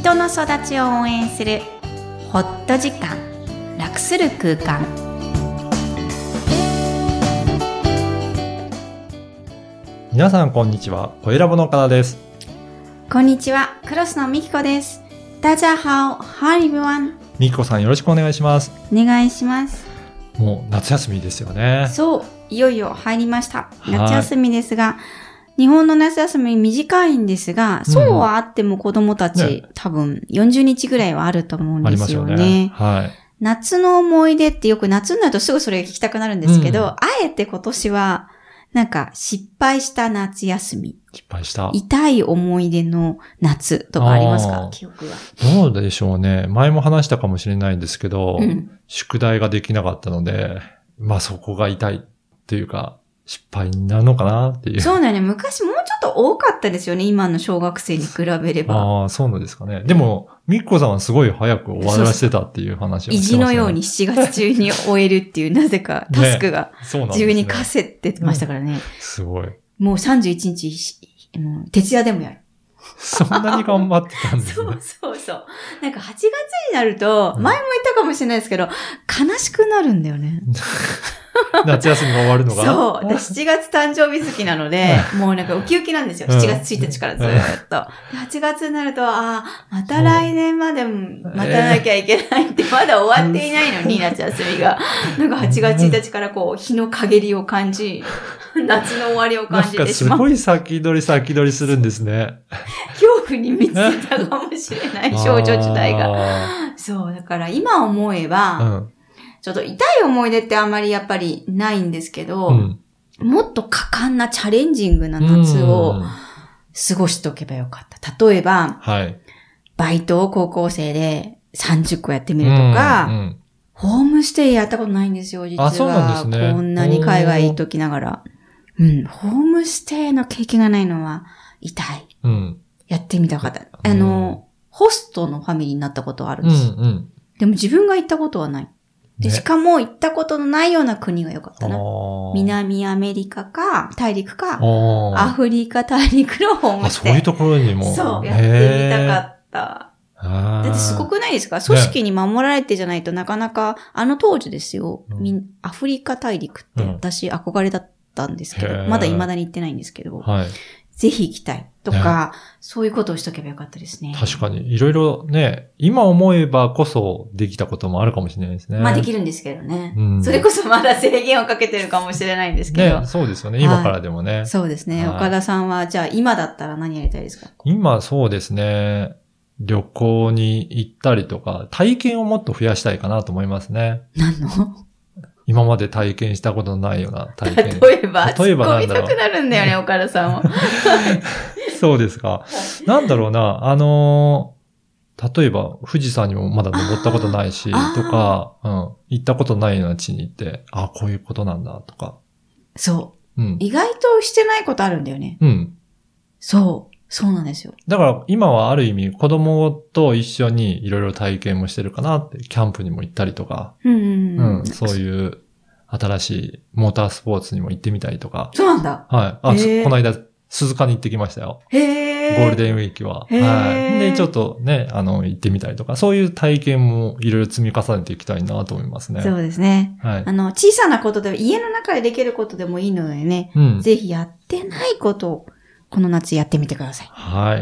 人の育ちを応援するホット時間、楽する空間。 皆さんこんにちは、声ラボの岡田です。 こんにちは、クロスのみきこです。大家好、Hi everyone。 みきこさんよろしくお願いします。 お願いします。 もう夏休みですよね。 そう、いよいよ入りました。夏休みですが、日本の夏休み短いんですが、そうはあっても子供たち、多分40日ぐらいはあると思うんですよね。 ありますよね。はい。 夏の思い出ってよく夏になるとすぐそれが聞きたくなるんですけど、あえて今年はなんか失敗した夏休み。 失敗した。 痛い思い出の夏とかありますか？記憶は。 どうでしょうね。前も話したかもしれないんですけど、宿題ができなかったので、まあそこが痛いっていうか、失敗になるのかなっていう。 そうだよね。昔もうちょっと多かったですよね。今の小学生に比べれば。 ああ、そうなんですかね。でも、みっこさんはすごい早く終わらせてたっていう話をしてましたね。 意地のように7月中に終えるっていう、なぜかタスクが自分に課せてましたからね。 すごい。 もう31日、徹夜でもやる。 そんなに頑張ってたんですね。 そう。なんか8月になると、前も言ったかもしれないですけど、悲しくなるんだよね。 夏休みが終わるのが。 そう。7月誕生日月なので、もうなんかウキウキなんですよ。7月1日からずーっと。8月になると、また来年まで待たなきゃいけないって、まだ終わっていないのに、夏休みが。なんか8月1日からこう、日の陰りを感じ、夏の終わりを感じてしまう。 なんかすごい先取りするんですね。 恐怖に満ちてたかもしれない、少女時代が。そう、だから今思えば、ちょっと痛い思い出ってあんまりやっぱりないんですけど、もっと果敢なチャレンジングな夏を過ごしておけばよかった。例えば、バイトを高校生で30個やってみるとか、ホームステイやったことないんですよ、実は。 あ、そうなんですね。 こんなに海外行っときながら。ホームステイの経験がないのは痛い。やってみたかった。ホストのファミリーになったことはあるんです。でも自分が行ったことはない。で、しかも行ったことのないような国が良かったな。南アメリカか、大陸か、アフリカ大陸のホームステイ。 そういうところにも。 そう、やってみたかった。だってすごくないですか？組織に守られてじゃないとなかなか、当時ですよ、アフリカ大陸って私憧れだったんですけど、まだ未だに行ってないんですけど、ぜひ行きたいとか、そういうことをしとけばよかったですね。 確かに。いろいろね、今思えばこそできたこともあるかもしれないですね。 まあできるんですけどね。それこそまだ制限をかけてるかもしれないんですけど。 ね、そうですよね。今からでもね。 そうですね。岡田さんは、じゃあ今だったら何やりたいですか？ 今そうですね。旅行に行ったりとか、体験をもっと増やしたいかなと思いますね。 何の？ 今まで体験したことのないような体験。 例えば突っ込みたくなるんだよね、岡田さんは。 そうですか。なんだろうな、例えば富士山にもまだ登ったことないし、とか、行ったことないような地に行って、こういうことなんだ、とか。 そう。意外としてないことあるんだよね。そうなんですよ。 だから今はある意味子供と一緒にいろいろ体験もしてるかなって、キャンプにも行ったりとか、そういう新しいモータースポーツにも行ってみたりとか。 そうなんだ。 はい。この間、鈴鹿に行ってきましたよ。ゴールデンウィークは。で、ちょっとね、行ってみたりとか、そういう体験もいろいろ積み重ねていきたいなと思いますね。 そうですね。小さなことで、家の中でできることでもいいのでね、ぜひやってないことを、この夏やってみてください。 はい。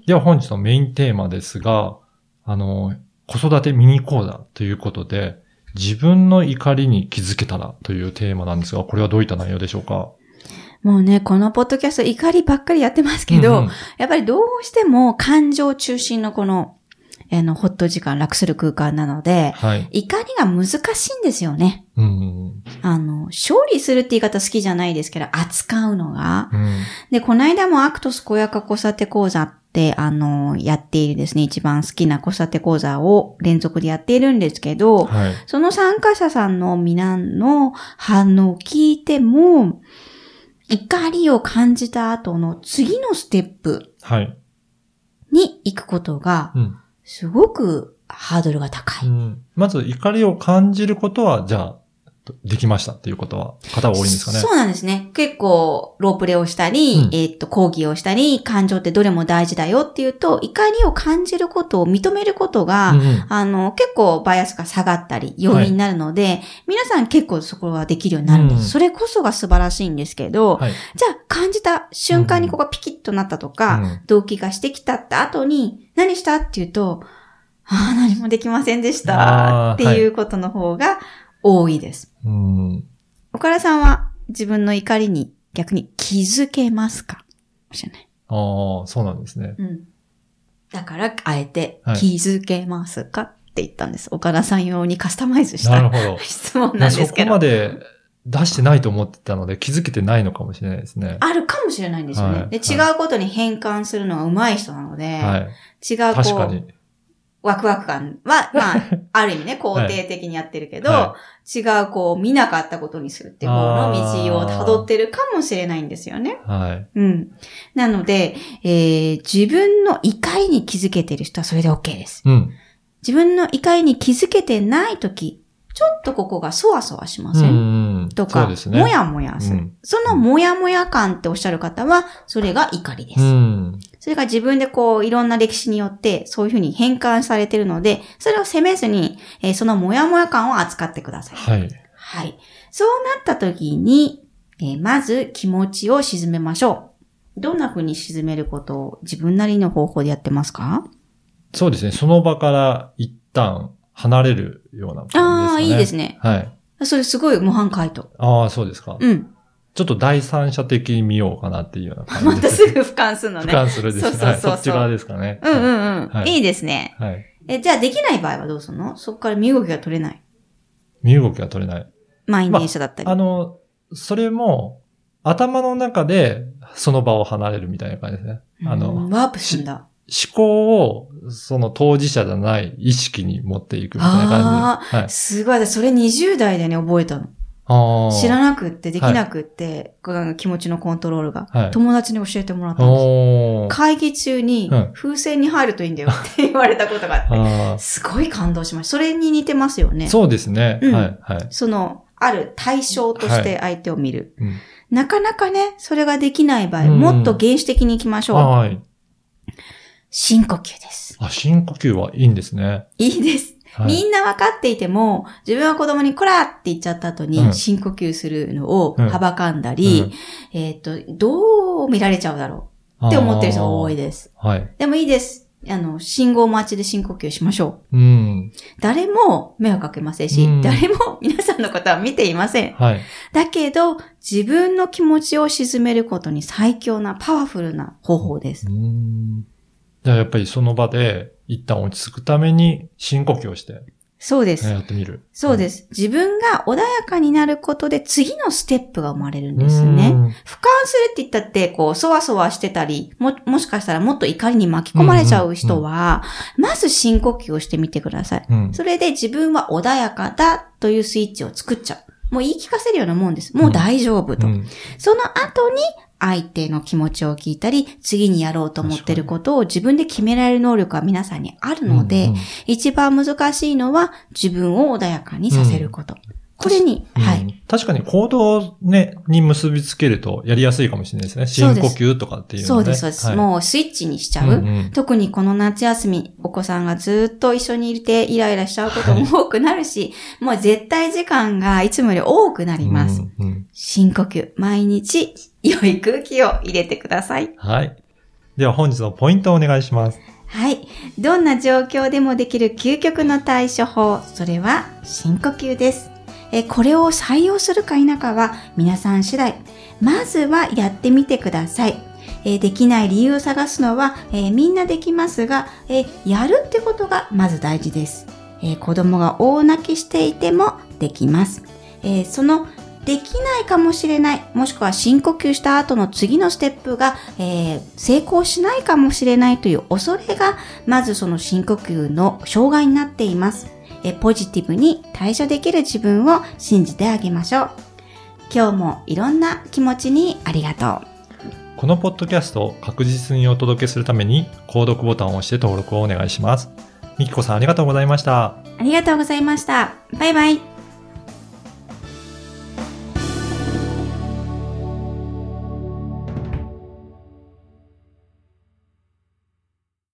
では本日のメインテーマですが、子育てミニ講座ということで、自分の怒りに気づけたらというテーマなんですが、これはどういった内容でしょうか？ もうね、このポッドキャスト怒りばっかりやってますけど、やっぱりどうしても感情中心のこの、ホット時間、楽する空間なので、怒りが難しいんですよね。勝利するって言い方好きじゃないですけど、扱うのが。で、この間もアクトス小やか子育て講座って、やっているですね、一番好きな子育て講座を連続でやっているんですけど、その参加者さんの皆の反応を聞いても、怒りを感じた後の次のステップに行くことが、すごくハードルが高い。 まず怒りを感じることは、じゃあ、 できましたっていう方は多いんですかね。 そうなんですね。結構、ロープレをしたり、講義をしたり、感情ってどれも大事だよっていうと、怒りを感じることを認めることが、結構バイアスが下がったり、要因になるので、皆さん結構そこはできるようになるんです。それこそが素晴らしいんですけど、じゃあ感じた瞬間にここがピキッとなったとか、動機がしてきたって後に、何したっていうと、何もできませんでしたっていうことの方が多いです。岡田さんは自分の怒りに逆に気づけますか？知らない。 そうなんですね。 だから、あえて気づけますかって言ったんです。岡田さん用にカスタマイズした質問なんですけど。 そこまで出してないと思ってたので気づけてないのかもしれないですね。 あるかもしれないんですよね。で、違うことに変換するのが上手い人なので、違う確かに。 ワクワク感は、ある意味ね、肯定的にやってるけど、違う見なかったことにするっていう方の道を辿ってるかもしれないんですよね。なので、自分の怒りに気づけてる人はそれで OK です。自分の怒りに気づけてないとき、ちょっとここがそわそわしませんとか、もやもやする。そのもやもや感っておっしゃる方は、それが怒りです。それが自分でいろんな歴史によってそういうふうに変換されているので、それを責めずに、そのもやもや感を扱ってください。そうなった時に、まず気持ちを沈めましょう。どんなふうに沈めることを自分なりの方法でやってますか？ そうですね。その場から一旦離れるような感じですかね。 いいですね。それすごい模範解答。 そうですか。ちょっと第三者的に見ようかなっていうような感じです。 またすぐ俯瞰するのね。 俯瞰するですね。そっち側ですかね。 いいですね。じゃあできない場合はどうするの？そこから身動きが取れない。 身動きが取れない。 満員電車だったり。 それも、頭の中でその場を離れるみたいな感じですね。 ワープするんだ。 思考を、その当事者じゃない意識に持っていくみたいな感じで。 すごい。それ20代でね、覚えたの。知らなくって、できなくって、気持ちのコントロールが。友達に教えてもらったんです。会議中に、風船に入るといいんだよって言われたことがあって、すごい感動しました。それに似てますよね。 そうですね。 ある対象として相手を見る。なかなかね、それができない場合、もっと原始的に行きましょう。深呼吸です。 深呼吸はいいんですね。 いいです。みんな分かっていても、自分は子供にこらって言っちゃった後に深呼吸するのをはばかんだり、どう見られちゃうだろうって思ってる人が多いです。でもいいです。信号待ちで深呼吸しましょう。誰も迷惑かけませんし、誰も皆さんのことは見ていません。だけど、自分の気持ちを沈めることに最強なパワフルな方法です。 じゃあやっぱりその場で一旦落ち着くために深呼吸をして。 そうです。 やってみる。 そうです。自分が穏やかになることで次のステップが生まれるんですね。俯瞰するって言ったって、そわそわしてたり、もしかしたらもっと怒りに巻き込まれちゃう人は、まず深呼吸をしてみてください。それで自分は穏やかだというスイッチを作っちゃう。もう言い聞かせるようなもんです。もう大丈夫と。その後に、相手の気持ちを聞いたり、次にやろうと思っていることを自分で決められる能力は皆さんにあるので、一番難しいのは自分を穏やかにさせること。これに、 確かに行動ね、に結びつけるとやりやすいかもしれないですね。深呼吸とかっていうのね。 そうです、そうです。もうスイッチにしちゃう。特にこの夏休み、お子さんがずっと一緒にいてイライラしちゃうことも多くなるし、もう絶対時間がいつもより多くなります。深呼吸、毎日良い空気を入れてください。 では本日のポイントをお願いします。 どんな状況でもできる究極の対処法、それは深呼吸です。これを採用するか否かは皆さん次第。まずはやってみてください。できない理由を探すのは、みんなできますが、やるってことがまず大事です。子供が大泣きしていてもできます。そのできないかもしれない、もしくは深呼吸した後の次のステップが、成功しないかもしれないという恐れが、まずその深呼吸の障害になっています。ポジティブに対処できる自分を信じてあげましょう。今日もいろんな気持ちにありがとう。 このポッドキャストを確実にお届けするために、購読ボタンを押して登録をお願いします。みきこさんありがとうございました。 ありがとうございました。バイバイ。